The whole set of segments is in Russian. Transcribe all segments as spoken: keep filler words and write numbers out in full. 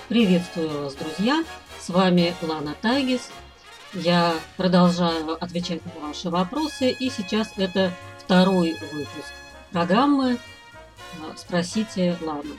Приветствую вас, друзья! С вами Лана Тайгис. Я продолжаю отвечать на ваши вопросы, и сейчас это второй выпуск программы «Спросите Лану».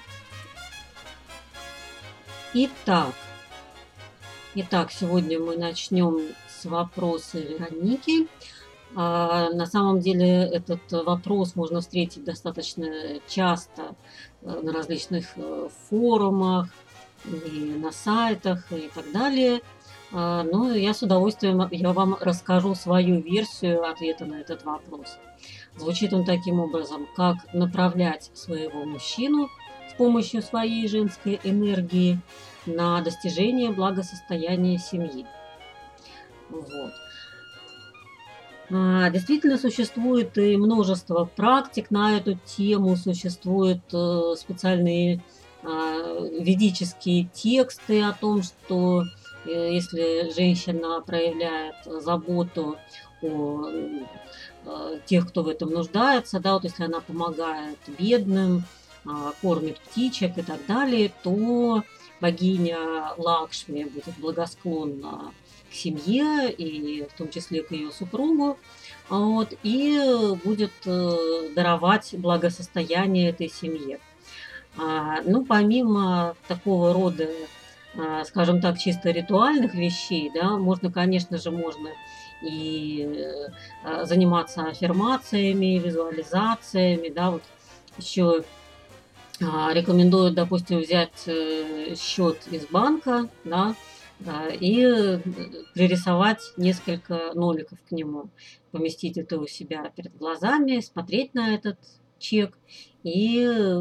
Итак, итак, сегодня мы начнем с вопроса Вероники. А, на самом деле этот вопрос можно встретить достаточно часто на различных форумах, и на сайтах и так далее. Но я с удовольствием я вам расскажу свою версию ответа на этот вопрос. Звучит он таким образом: как направлять своего мужчину с помощью своей женской энергии на достижение благосостояния семьи. Вот. Действительно, существует и множество практик на эту тему, существуют специальные ведические тексты о том, что если женщина проявляет заботу о тех, кто в этом нуждается, да, вот если она помогает бедным, кормит птичек и так далее, то богиня Лакшми будет благосклонна к семье и в том числе к ее супругу, вот, и будет даровать благосостояние этой семье. Ну, помимо такого рода, скажем так, чисто ритуальных вещей, да, можно, конечно же, можно и заниматься аффирмациями, визуализациями, да, вот еще рекомендую, допустим, взять счет из банка, да, и пририсовать несколько ноликов к нему, поместить это у себя перед глазами, смотреть на этот чек и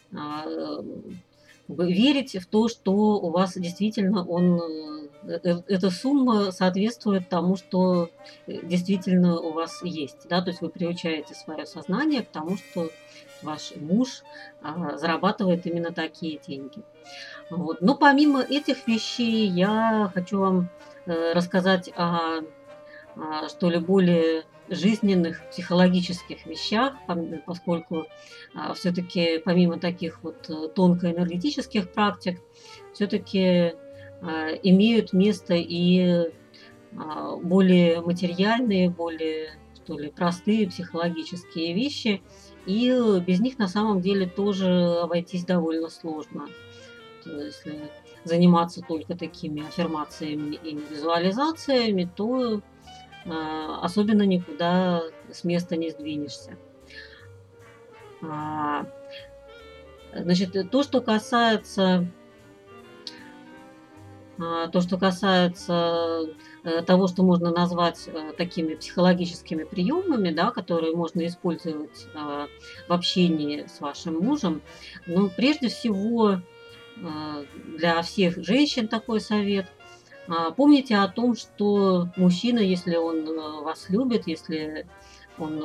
верить в то, что у вас действительно он, эта сумма соответствует тому, что действительно у вас есть. Да? То есть вы приучаете свое сознание к тому, что ваш муж зарабатывает именно такие деньги. Вот. Но помимо этих вещей я хочу вам рассказать о, о что ли более жизненных, психологических вещах, поскольку все-таки помимо таких вот тонко-энергетических практик, все-таки имеют место и более материальные, более, что ли, простые психологические вещи, и без них на самом деле тоже обойтись довольно сложно. Если заниматься только такими аффирмациями и визуализациями, то особенно никуда с места не сдвинешься. Значит, то, что касается, то, что касается того, что можно назвать такими психологическими приемами, да, которые можно использовать в общении с вашим мужем, ну, прежде всего, для всех женщин такой совет: помните о том, что мужчина, если он вас любит, если он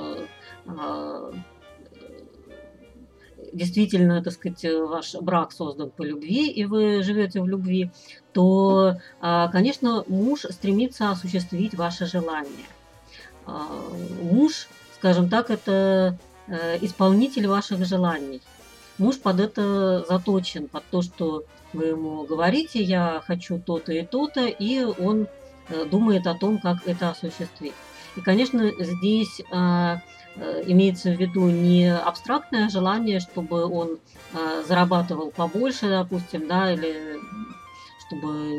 действительно, так сказать, ваш брак создан по любви, и вы живете в любви, то, конечно, муж стремится осуществить ваше желание. Муж, скажем так, это исполнитель ваших желаний. Муж под это заточен, под то, что вы ему говорите: я хочу то-то и то-то, и он думает о том, как это осуществить. И, конечно, здесь имеется в виду не абстрактное желание, чтобы он зарабатывал побольше, допустим, да, или чтобы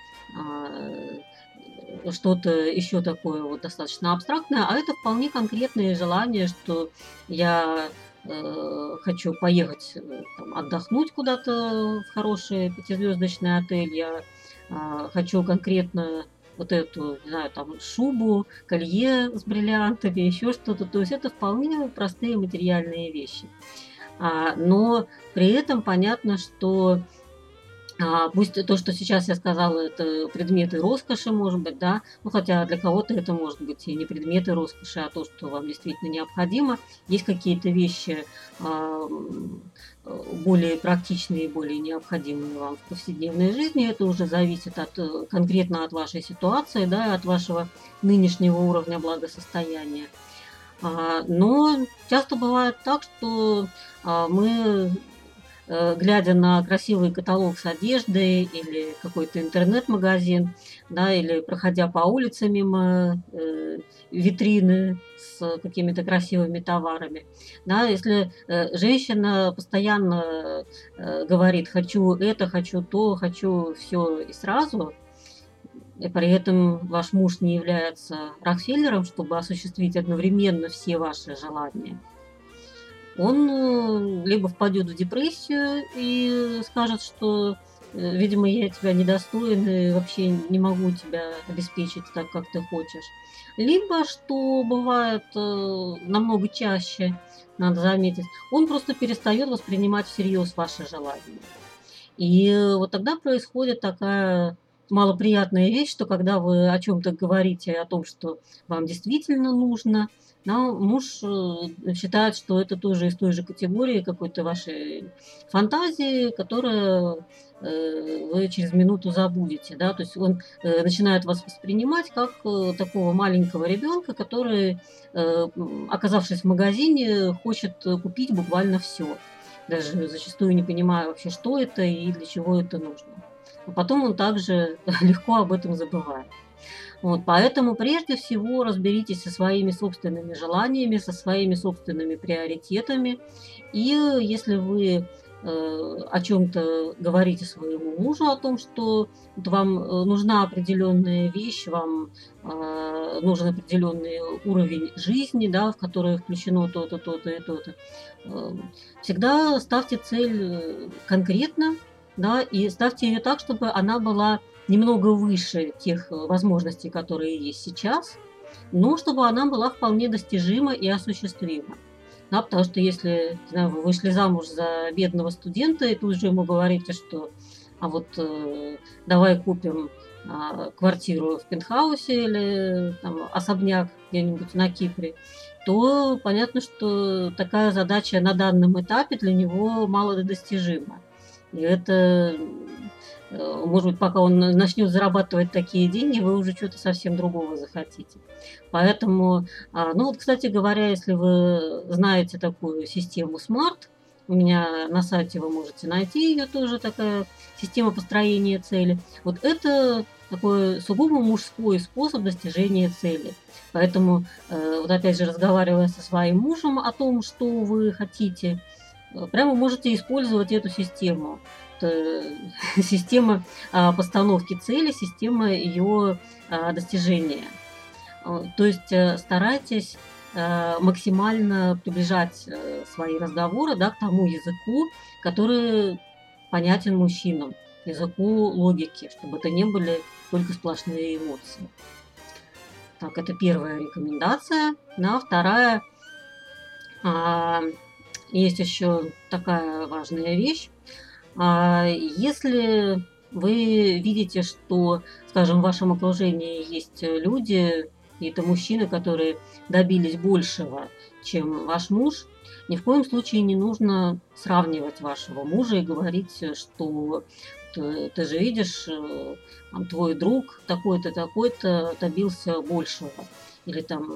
что-то еще такое вот достаточно абстрактное, а это вполне конкретные желания, что я хочу поехать там, отдохнуть куда-то в хороший пятизвездочный отель, я хочу конкретно вот эту, не знаю, там, шубу, колье с бриллиантами, еще что-то. То есть это вполне простые материальные вещи. Но при этом понятно, что пусть то, что сейчас я сказала, это предметы роскоши, может быть, да, ну, хотя для кого-то это может быть и не предметы роскоши, а то, что вам действительно необходимо. Есть какие-то вещи более практичные, более необходимые вам в повседневной жизни. Это уже зависит от, конкретно от вашей ситуации, да, от вашего нынешнего уровня благосостояния. Но часто бывает так, что мы э, глядя на красивый каталог с одеждой или какой-то интернет-магазин, да, или проходя по улице мимо э, витрины с какими-то красивыми товарами, да, если э, женщина постоянно э, говорит: хочу это, хочу то, хочу все и сразу, и при этом ваш муж не является Рокфеллером, чтобы осуществить одновременно все ваши желания, он э, либо впадет в депрессию и скажет, что, э, видимо, я тебя недостоин и вообще не могу тебя обеспечить так, как ты хочешь. Либо, что бывает э, намного чаще, надо заметить, он просто перестает воспринимать всерьез ваши желания. И э, вот тогда происходит такая малоприятная вещь, что когда вы о чем-то говорите, о том, что вам действительно нужно, да, муж э, считает, что это тоже из той же категории какой-то вашей фантазии, которую э, вы через минуту забудете. Да? То есть он э, начинает вас воспринимать как э, такого маленького ребенка, который, э, оказавшись в магазине, хочет купить буквально все, даже зачастую не понимая вообще, что это и для чего это нужно. А потом он также легко об этом забывает. Вот, поэтому прежде всего разберитесь со своими собственными желаниями, со своими собственными приоритетами. И э, если вы э, о чем-то говорите своему мужу, о том, что вот вам э, нужна определенная вещь, вам э, нужен определенный уровень жизни, да, в который включено то-то, то-то и то-то, э, всегда ставьте цель э, конкретно, да, и ставьте ее так, чтобы она была немного выше тех э, возможностей, которые есть сейчас, но чтобы она была вполне достижима и осуществима. Да, потому что если, не знаю, вы вышли замуж за бедного студента и тут же ему говорите, что а вот э, давай купим а, квартиру в пентхаусе или там, особняк где-нибудь на Кипре, то понятно, что такая задача на данном этапе для него малодостижима. И это, э, может быть, пока он начнет зарабатывать такие деньги, вы уже что-то совсем другого захотите. Поэтому, а, ну вот, кстати говоря, если вы знаете такую систему смарт, у меня на сайте вы можете найти ее тоже, такая система построения цели. Вот это такой сугубо мужской способ достижения цели. Поэтому, э, вот опять же, разговаривая со своим мужем о том, что вы хотите, э, прямо можете использовать эту систему. Это система а, постановки цели, система ее а, достижения. А, То есть э, старайтесь э, максимально приближать э, свои разговоры, да, к тому языку, который понятен мужчинам, к языку логики, чтобы это не были только сплошные эмоции. Так, это первая рекомендация. Да, вторая, а, есть еще такая важная вещь. А, Если вы видите, что, скажем, в вашем окружении есть э, люди, какие-то мужчины, которые добились большего, чем ваш муж, ни в коем случае не нужно сравнивать вашего мужа и говорить, э, что ты, ты же видишь, э, там, твой друг такой-то, такой-то добился большего. Или там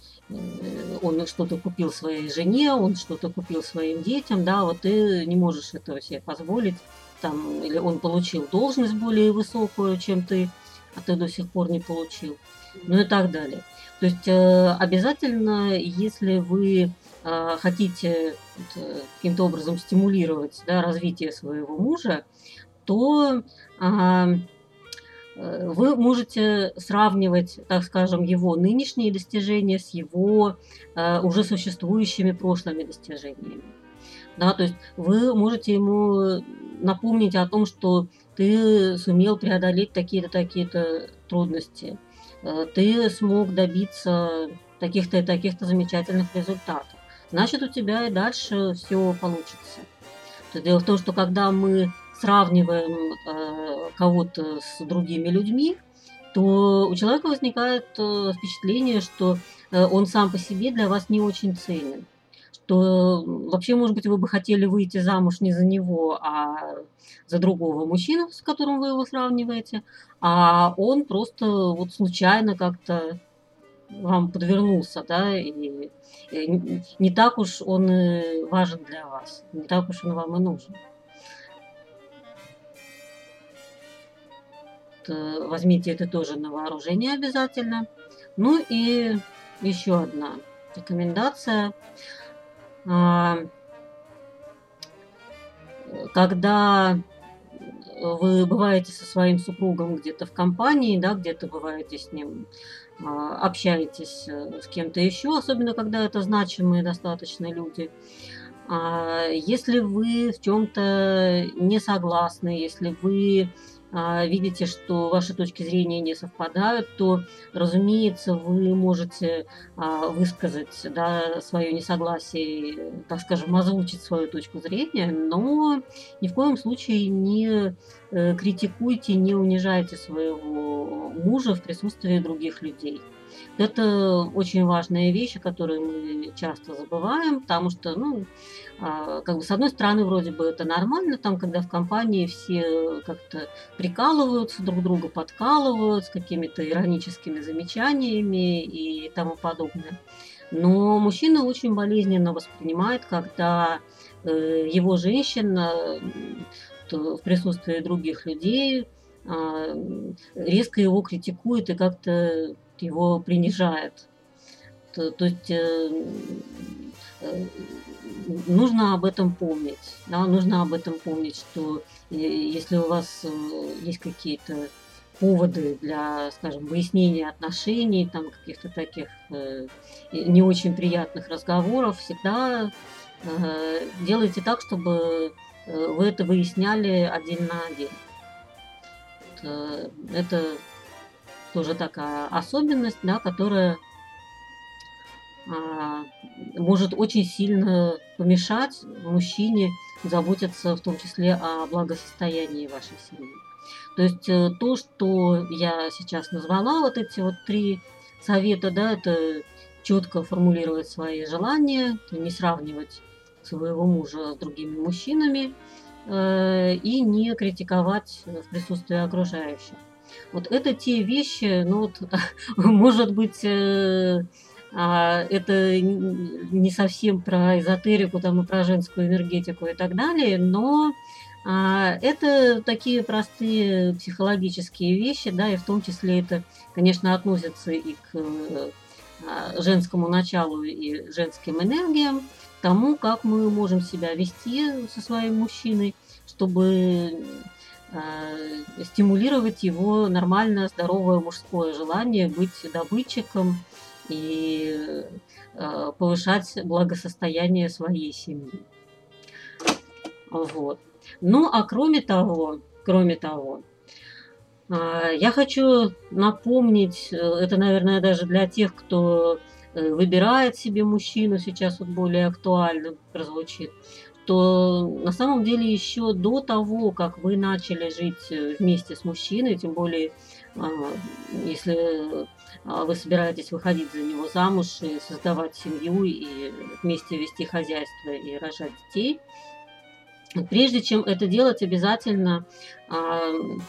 э, он что-то купил своей жене, он что-то купил своим детям, да, вот ты не можешь этого себе позволить, там, или он получил должность более высокую, чем ты, а ты до сих пор не получил, ну и так далее. То есть э, обязательно, если вы э, хотите вот, э, каким-то образом стимулировать, да, развитие своего мужа, то а, э, вы можете сравнивать, так скажем, его нынешние достижения с его э, уже существующими прошлыми достижениями. Да, то есть вы можете ему напомнить о том, что ты сумел преодолеть такие-то, такие-то трудности, э, ты смог добиться таких-то и таких-то замечательных результатов. Значит, у тебя и дальше все получится. То дело в том, что когда мы сравниваем э, кого-то с другими людьми, то у человека возникает э, впечатление, что э, он сам по себе для вас не очень ценен. Что м, вообще, может быть, вы бы хотели выйти замуж не за него, а за другого мужчину, с которым вы его сравниваете, а он просто вот случайно как-то вам подвернулся, да, и, и не так уж он и важен для вас, не так уж он вам и нужен. э, возьмите это тоже на вооружение обязательно. Ну и еще одна рекомендация. А, когда вы бываете со своим супругом где-то в компании, да, где-то бываете с ним, а, общаетесь э, с кем-то еще, особенно когда это значимые достаточно люди. А, если вы в чем-то не согласны, если вы а, видите, что ваши точки зрения не совпадают, то, разумеется, вы можете а, высказать, да, свое несогласие, так скажем, озвучить свою точку зрения, но ни в коем случае не э, критикуйте, не унижайте своего мужа в присутствии других людей. Это очень важная вещь, о которой мы часто забываем, потому что, ну, а, как бы с одной стороны, вроде бы это нормально, там, когда в компании все как-то прикалываются друг друга, подкалывают с какими-то ироническими замечаниями и тому подобное. Но мужчина очень болезненно воспринимает, когда э, его женщина м, то в присутствии других людей а, резко его критикует и как-то его принижает. То, то есть э, э, нужно об этом помнить. Да, нужно об этом помнить, что э, если у вас э, есть какие-то поводы для, скажем, выяснения отношений, там каких-то таких э, не очень приятных разговоров, всегда э, делайте так, чтобы э, вы это выясняли один на один. Э, Это тоже такая особенность, да, которая а, может очень сильно помешать мужчине заботиться в том числе о благосостоянии вашей семьи. То есть э, то, что я сейчас назвала, вот эти вот три совета, да, это четко формулировать свои желания, не сравнивать своего мужа с другими мужчинами э, и не критиковать в присутствии окружающих. Вот это те вещи, ну вот, может быть, э, а, это не совсем про эзотерику там и про женскую энергетику и так далее, но а, это такие простые психологические вещи, да, и в том числе это, конечно, относится и к э, а, женскому началу и женским энергиям, к тому, как мы можем себя вести со своим мужчиной, чтобы а, стимулировать его нормальное, здоровое мужское желание быть добытчиком и э, повышать благосостояние своей семьи. Вот. Ну, а кроме того, кроме того, а, я хочу напомнить, э, это, наверное, даже для тех, кто э, выбирает себе мужчину, сейчас вот более актуально прозвучит, то на самом деле еще до того, как вы начали жить э, вместе с мужчиной, тем более, а, если а, вы собираетесь выходить за него замуж и создавать семью, и вместе вести хозяйство и рожать детей, прежде чем это делать, обязательно а,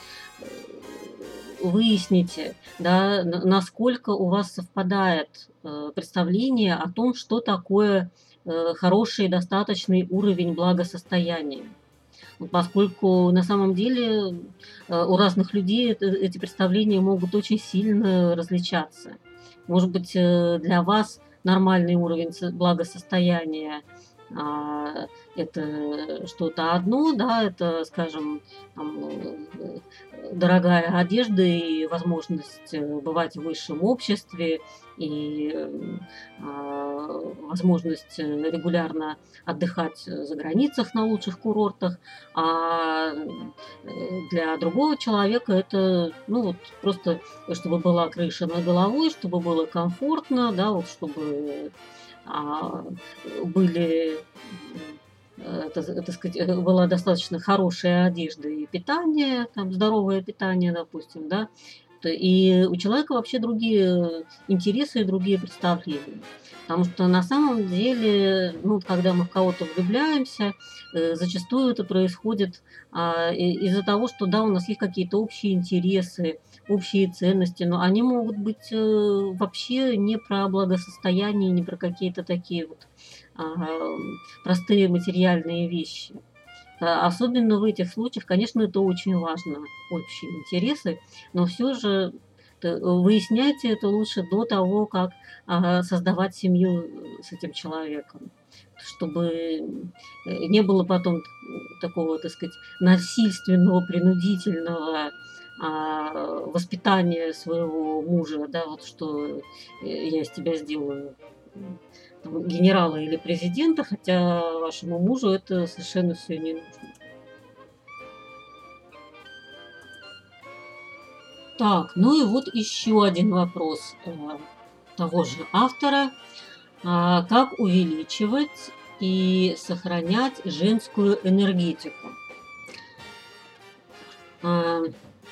выясните, да, насколько у вас совпадает э, представление о том, что такое э, хороший достаточный уровень благосостояния. Поскольку на самом деле э, у разных людей это, эти представления могут очень сильно различаться. Может быть, э, для вас нормальный уровень благосостояния а, это что-то одно, да, это, скажем, там, э, дорогая одежда и возможность э, бывать в высшем обществе, и а, возможность регулярно отдыхать за границах на лучших курортах, а для другого человека это, ну вот, просто чтобы была крыша над головой, чтобы было комфортно, да, вот чтобы а, были это, так сказать, была достаточно хорошая одежда и питание, там, здоровое питание, допустим, да, и у человека вообще другие интересы и другие представления. Потому что на самом деле, ну, когда мы в кого-то влюбляемся, э, зачастую это происходит а, из-за того, что, да, у нас есть какие-то общие интересы, общие ценности, но они могут быть э, вообще не про благосостояние, не про какие-то такие вот а, простые материальные вещи. А особенно в этих случаях, конечно, это очень важно, общие интересы, но всё же т выясняйте это лучше до того, как, а, создавать семью, э, с этим человеком, чтобы, э, не было потом т такого, так сказать, насильственного, принудительного, а, воспитания своего мужа, да, вот что, э, я из тебя сделаю, м, там генерала или президента, хотя вашему мужу это совершенно всё не нужно. Так, ну и вот еще один вопрос, э, того же автора. А, как увеличивать и сохранять женскую энергетику? А,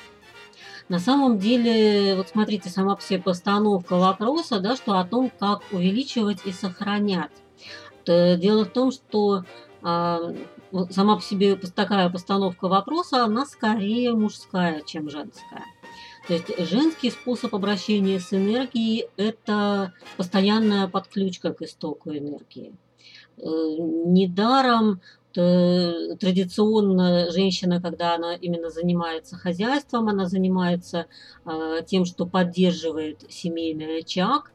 на самом деле, вот смотрите, сама по себе постановка вопроса, да, что о том, как увеличивать и сохранять. Т дело в том, что, а, вот сама по себе пос такая постановка вопроса, она скорее мужская, чем женская. То есть женский способ обращения с энергией- это постоянная подключка к истоку энергии. Э, недаром т традиционно женщина, когда она именно занимается хозяйством, она занимается, а, тем, что поддерживает семейный очаг.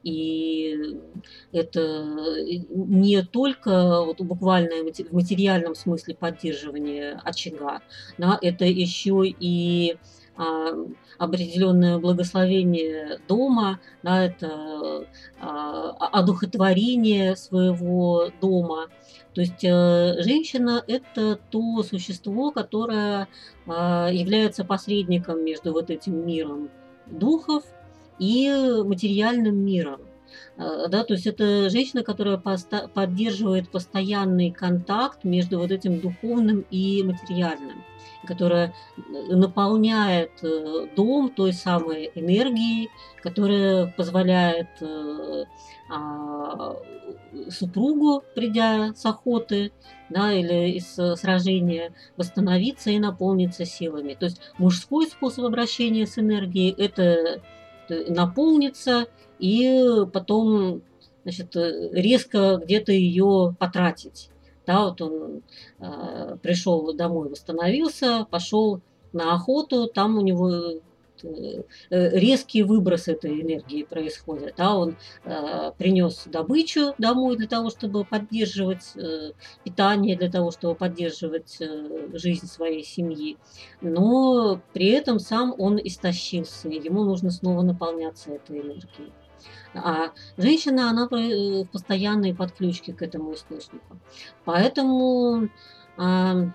И это, э, не только вот буквально мате в материальном смысле поддерживание очага, да, это еще и, а, определенное благословение дома, да, это, а, одухотворение своего дома. То есть, э, женщина- это то существо, которое, а, является посредником между вот этим миром духов и материальным миром. А, да, то есть это женщина, которая поста поддерживает постоянный контакт между вот этим духовным и материальным, которая н наполняет, э, дом той самой энергией, которая позволяет, э, а, супругу, придя с охоты, да, или из сражения, восстановиться и наполниться силами. То есть мужской способ обращения с энергией- это т наполниться и потом, значит, э, резко где-то ее потратить. Да, вот он, а, пришел домой, восстановился, пошел на охоту, там у него т э, резкий выброс этой энергии происходит. Да, он, а, принес добычу домой для того, чтобы поддерживать, э, питание, для того, чтобы поддерживать, э, жизнь своей семьи, но при этом сам он истощился, и ему нужно снова наполняться этой энергией. А женщина, она п э, в постоянной подключке к этому источнику. Поэтому, ам,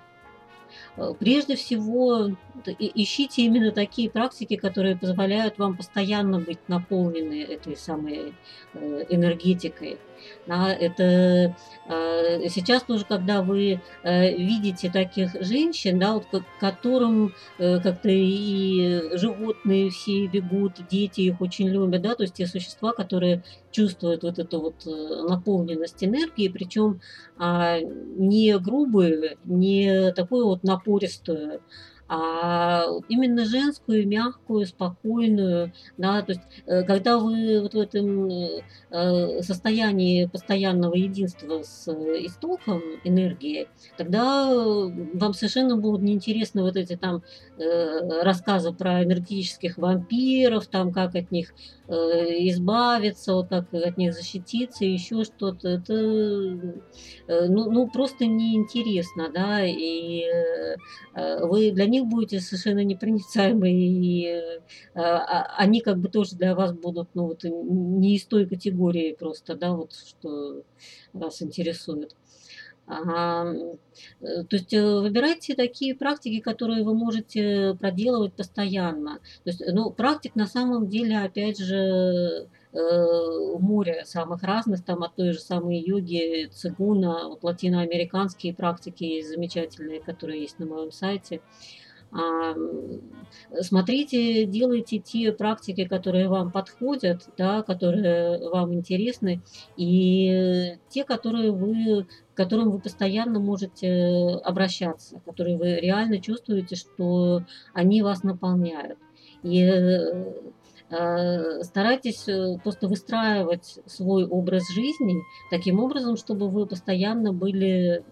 э, прежде всего, т и ищите именно такие практики, которые позволяют вам постоянно быть наполнены этой самой, э, энергетикой. Да, это, а, сейчас тоже, когда вы, э, видите таких женщин, да, вот к которым, э, как-то и животные все бегут, дети их очень любят, да, то есть те существа, которые чувствуют вот эту вот, э, наполненность энергией, причем, а, не грубую, не такую вот напористую, а именно женскую, мягкую, спокойную. Да, то есть, э, когда вы вот в этом, э, э, состоянии постоянного единства с истоком энергии, тогда вам совершенно будут неинтересны вот эти там, э, рассказы про энергетических вампиров, там как от них, э, избавиться, вот как от них защититься, еще что-то. Это, э, ну ну, просто неинтересно, да, и, э, э, вы для них будете совершенно непроницаемы, и, э, а они как бы тоже для вас будут, ну, вот н не из той категории просто, да, вот что вас интересует. Ам, э, то есть, э, выбирайте такие практики, которые вы можете проделывать постоянно. То есть, ну, практик на самом деле, опять же, э, море самых разных, там от той же самой йоги, цигуна, вот латиноамериканские практики есть замечательные, которые есть на моем сайте. Ам, смотрите, делайте те практики, которые вам подходят, да, которые вам интересны, и те, которые вы к которым вы постоянно можете обращаться, которые вы реально чувствуете, что они вас наполняют. И, э, а, старайтесь, э, просто выстраивать свой образ жизни таким образом, чтобы вы постоянно были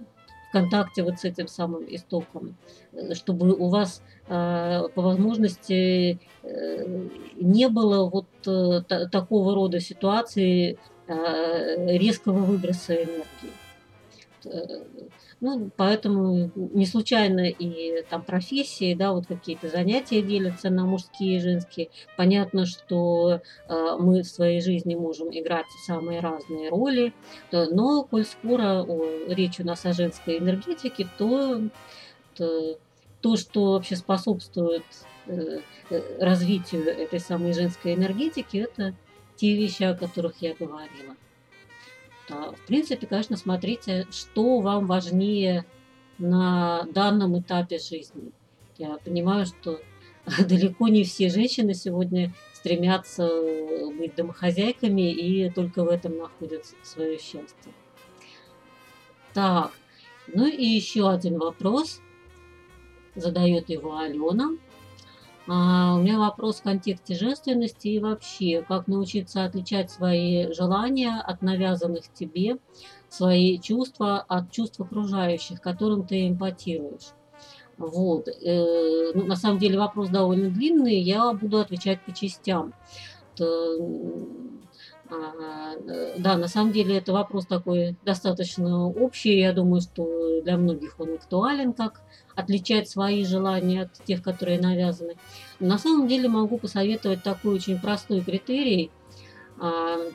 в контакте вот с этим самым истоком, э, чтобы у вас, э, по возможности, э, не было вот, э, та такого рода ситуации, э, резкого выброса энергии. Э, ну, поэтому не случайно и там профессии, да, вот какие-то занятия делятся на мужские и женские. Понятно, что, э, мы в своей жизни можем играть самые разные роли, т но коль скоро о речь у нас о женской энергетике, то т то, что вообще способствует, э, э, развитию этой самой женской энергетики, это те вещи, о которых я говорила. Да, в принципе, конечно, смотрите, что вам важнее на данном этапе жизни. Я понимаю, что далеко не все женщины сегодня стремятся, э, быть домохозяйками и только в этом находят с свое счастье. Так, ну и еще один вопрос. Задает его Алена. А, у меня вопрос в контексте женственности и вообще, как научиться отличать свои желания от навязанных тебе, свои чувства от чувств окружающих, которым ты эмпатируешь. Вот. Э, ну, на самом деле вопрос довольно длинный, я буду отвечать по частям. Т м, а, э, да, на самом деле это вопрос такой достаточно общий. Я думаю, что для многих он актуален, как отличать свои желания от тех, которые навязаны. Но на самом деле могу посоветовать такой очень простой критерий. А, э,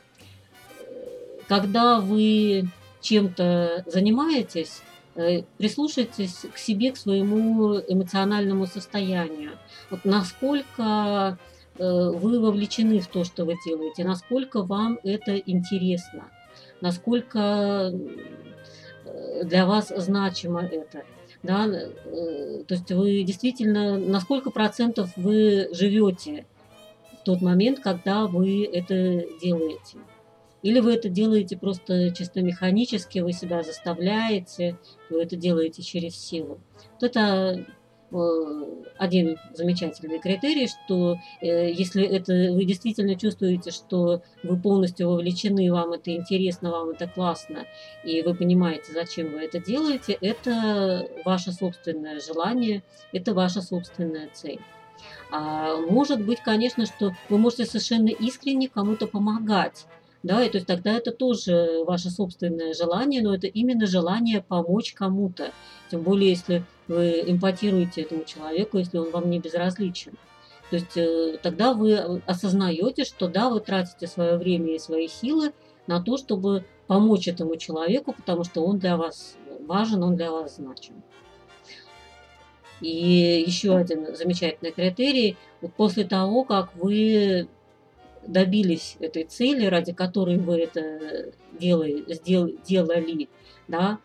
когда вы чем-то занимаетесь, э, прислушайтесь к себе, к своему эмоциональному состоянию. Вот насколько, э, вы вовлечены в то, что вы делаете, насколько вам это интересно, насколько, э, для вас значимо это. Да, э, то есть вы действительно на сколько процентов вы живете в тот момент, когда вы это делаете. Или вы это делаете просто чисто механически, вы себя заставляете, вы это делаете через силу. Вот это, э, один замечательный критерий, что, э, если это вы действительно чувствуете, что вы полностью вовлечены, вам это интересно, вам это классно, и вы понимаете, зачем вы это делаете, это ваше собственное желание, это ваша собственная цель. А, может быть, конечно, что вы можете совершенно искренне кому-то помогать, да, и то есть тогда это тоже ваше собственное желание, но это именно желание помочь кому-то. Тем более, если вы эмпатируете этому человеку, если он вам не безразличен. То есть, э, тогда вы, э, осознаете, что да, вы тратите свое время и свои силы на то, чтобы помочь этому человеку, потому что он для вас важен, он для вас значим. И еще один замечательный критерий. Вот после того, как вы добились этой цели, ради которой вы это делае сдел делали, да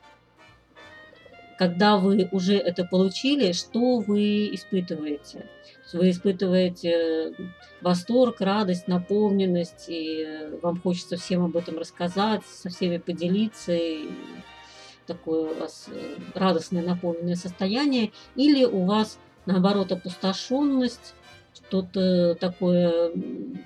когда вы уже это получили, что вы испытываете? Вы испытываете восторг, радость, наполненность, и вам хочется всем об этом рассказать, со всеми поделиться, и такое у вас, э, радостное, наполненное состояние, или у вас, наоборот, опустошенность, что-то такое, м,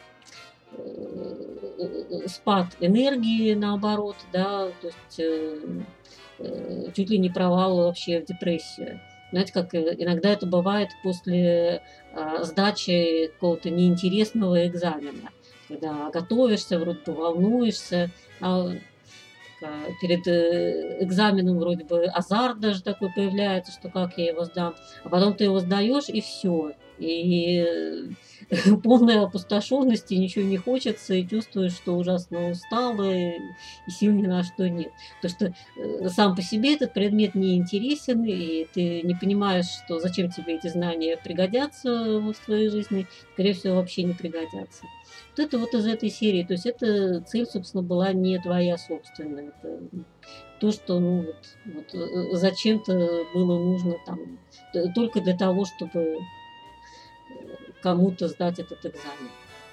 э, спад энергии, наоборот, да, то есть, э, э, чуть ли не провал вообще в депрессию. Знаете, как, э, иногда это бывает после, а, сдачи какого-то неинтересного экзамена, когда готовишься, вроде бы волнуешься, а, ка перед, э, экзаменом вроде бы азарт даже такой появляется, что как я его сдам, а потом ты его сдаешь и всё. И полная опустошенность, и ничего не хочется, и чувствуешь, что ужасно устала, и сил ни на что нет. То, что, э, сам по себе этот предмет не интересен, и ты не понимаешь, что зачем тебе эти знания пригодятся в твоей жизни, скорее всего, вообще не пригодятся. Вот это вот из этой серии. То есть эта цель, собственно, была не твоя собственная. Это то, что, ну вот вот, э, зачем-то было нужно там т только для того, чтобы, э, кому-то сдать этот экзамен.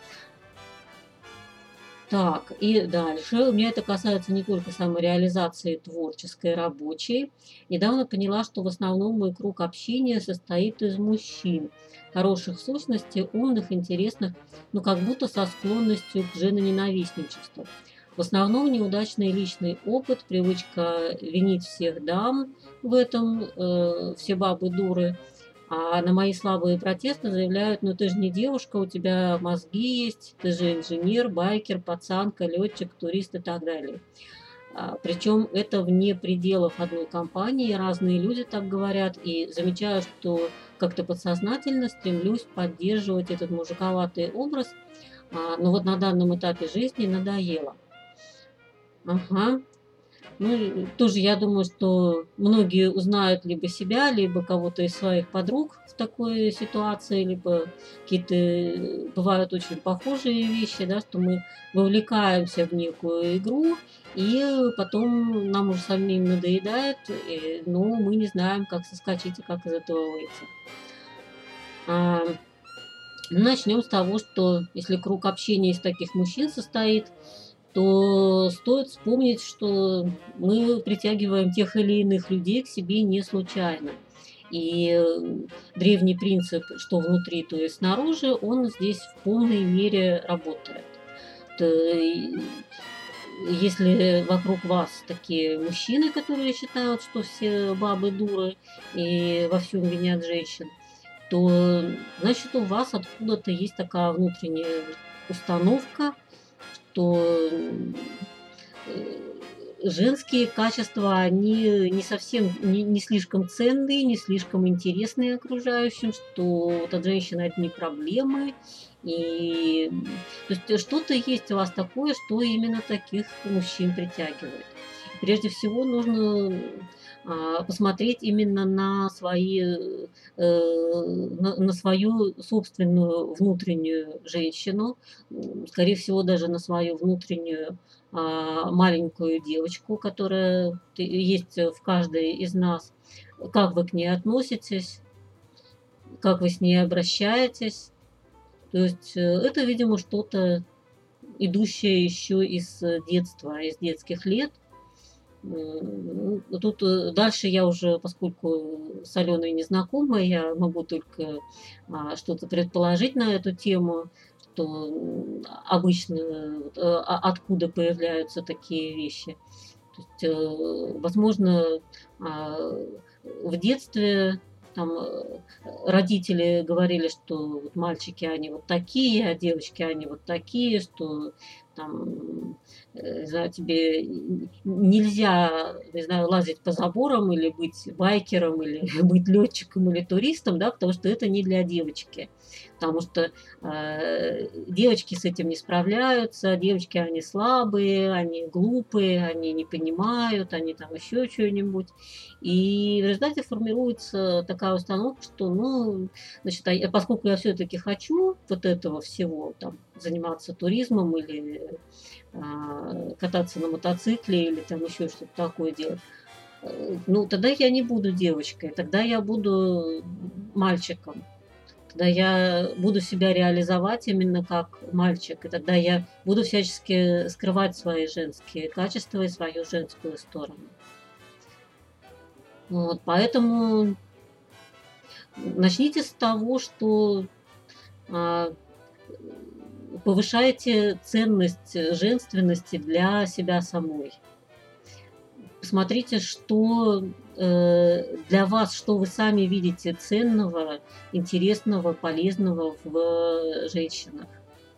Так, и дальше. У меня это касается не только самореализации творческой, рабочей. Недавно поняла, что в основном мой круг общения состоит из мужчин. Хороших в сущности, умных, интересных, но как будто со склонностью к женоненавистничеству. В основном неудачный личный опыт, привычка винить всех дам в этом, э, все бабы дуры. А на мои слабые протесты заявляют: "Ну ты же не девушка, у тебя мозги есть, ты же инженер, байкер, пацанка, летчик, турист" и так далее. А, причем это вне пределов одной компании, разные люди так говорят, и замечаю, что как-то подсознательно стремлюсь поддерживать этот мужиковатый образ, а, но вот на данном этапе жизни надоело. Ага. Ну, и тоже я думаю, что многие узнают либо себя, либо кого-то из своих подруг в такой ситуации, либо какие-то э, бывают очень похожие вещи, да, что мы вовлекаемся в некую игру, и потом нам уже самим надоедает, э, но мы не знаем, как соскочить и как из этого выйти. А, начнем с того, что если круг общения из таких мужчин состоит, то стоит вспомнить, что мы притягиваем тех или иных людей к себе не случайно. И э, древний принцип, что внутри, то есть снаружи, он здесь в полной мере работает. Т- и Если вокруг вас такие мужчины, которые считают, что все бабы дуры и во всем винят женщин, то значит у вас откуда-то есть такая внутренняя установка, что э, женские качества, они не совсем, не, не слишком ценные, не слишком интересные окружающим, что вот от женщины одни проблемы. И то есть что-то есть у вас такое, что именно таких мужчин притягивает. Прежде всего нужно а, посмотреть именно на свои, э, на, на свою собственную внутреннюю женщину, м, скорее всего, даже на свою внутреннюю а, маленькую девочку, которая ты- есть в каждой из нас. Как вы к ней относитесь, как вы с ней обращаетесь. То есть э, это, видимо, что-то идущее еще из э, детства, из детских лет. М, ну, тут э, дальше я уже, поскольку с Аленой не знакома, я могу только а, что-то предположить на эту тему, что м, обычно вот, э, а- откуда появляются такие вещи. То есть, э, возможно, а, в детстве там э, родители говорили, что вот мальчики они вот такие, а девочки они вот такие, что там, э, не знаю, тебе нельзя, не знаю, лазить по заборам или быть байкером, или быть летчиком или туристом, да, потому что это не для девочки. Потому что э, девочки с этим не справляются, девочки они слабые, они глупые, они не понимают, они там еще что-нибудь. И в результате формируется такая установка, что, ну, значит, а я- поскольку я все-таки хочу вот этого всего, там, заниматься туризмом или а, кататься на мотоцикле или там еще что-то такое делать, э, ну, тогда я не буду девочкой, тогда я буду мальчиком. Тогда я буду себя реализовать именно как мальчик, и тогда я буду всячески скрывать свои женские качества и свою женскую сторону. Вот, поэтому начните с того, что а, повышаете ценность женственности для себя самой. Посмотрите, что э, для вас, что вы сами видите ценного, интересного, полезного в женщинах.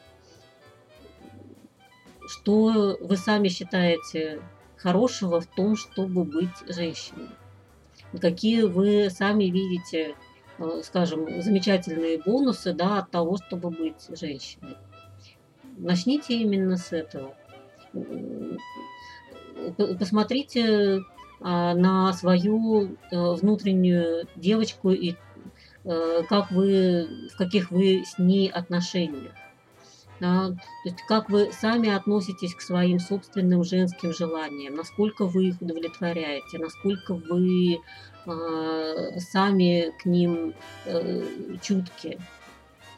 Что вы сами считаете хорошего в том, чтобы быть женщиной? Какие вы сами видите, э, скажем, замечательные бонусы, да, от того, чтобы быть женщиной? Начните именно с этого. М, Посмотрите а, на свою э, внутреннюю девочку и э, как вы, в каких вы с ней отношениях. Да, то есть как вы сами относитесь к своим собственным женским желаниям, насколько вы их удовлетворяете, насколько вы а, сами к ним э, чутки.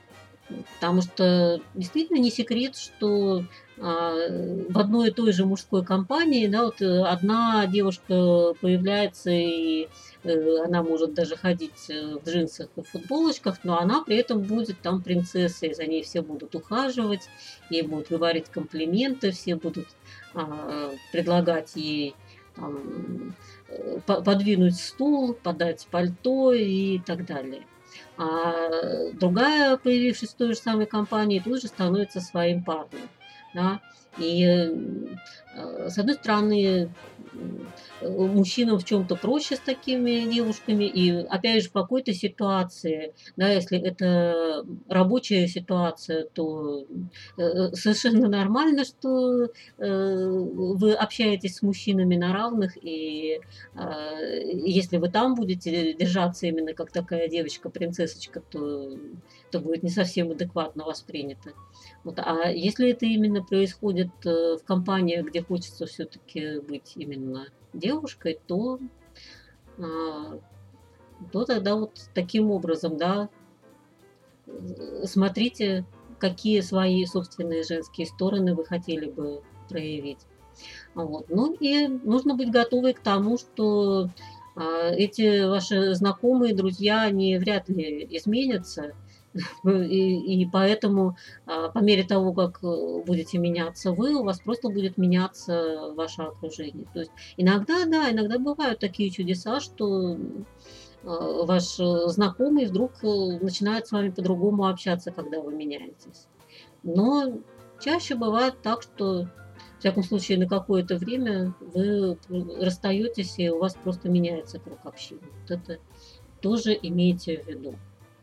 Потому что действительно не секрет, что а, в одной и той же мужской компании, да, вот э, одна девушка появляется, и э, она может даже ходить э, в джинсах и в футболочках, но она при этом будет там принцессой, за ней все будут ухаживать, ей будут говорить комплименты, все будут а, предлагать ей там, э, по- подвинуть стул, подать пальто и так далее. А другая, появившись в той же самой компании, тут же становится своим парнем. Да? И э, с одной стороны, э, мужчинам в чем-то проще с такими девушками, и опять же в какой-то ситуации, да, если это рабочая ситуация, то э, совершенно нормально, что э, вы общаетесь с мужчинами на равных, и а, если вы там будете держаться именно как такая девочка-принцессочка, то это будет не совсем адекватно воспринято. Вот. А если это именно происходит э, в компаниях, где хочется все-таки быть именно девушкой, то, а, то тогда вот таким образом, да, э, смотрите, какие свои собственные женские стороны вы хотели бы проявить. Вот. Ну и нужно быть готовой к тому, что а, эти ваши знакомые, друзья, они вряд ли изменятся. И, и поэтому а, по мере того, как э, будете меняться вы, у вас просто будет меняться ваше окружение. То есть иногда, да, иногда бывают такие чудеса, что а, ваш э, знакомый вдруг э, начинает с вами по-другому общаться, когда вы меняетесь. Но чаще бывает так, что, в всяком случае, на какое-то время вы расстаетесь, и у вас просто меняется круг общения. Вот это тоже имейте в виду.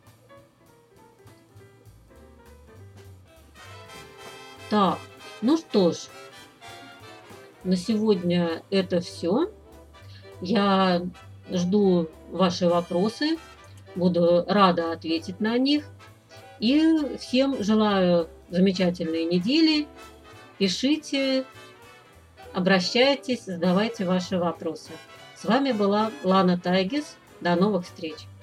Так, ну что ж, на сегодня это все. Я жду ваши вопросы, буду рада ответить на них. И всем желаю замечательной недели. Пишите, обращайтесь, задавайте ваши вопросы. С вами была Лана Тайгис. До новых встреч!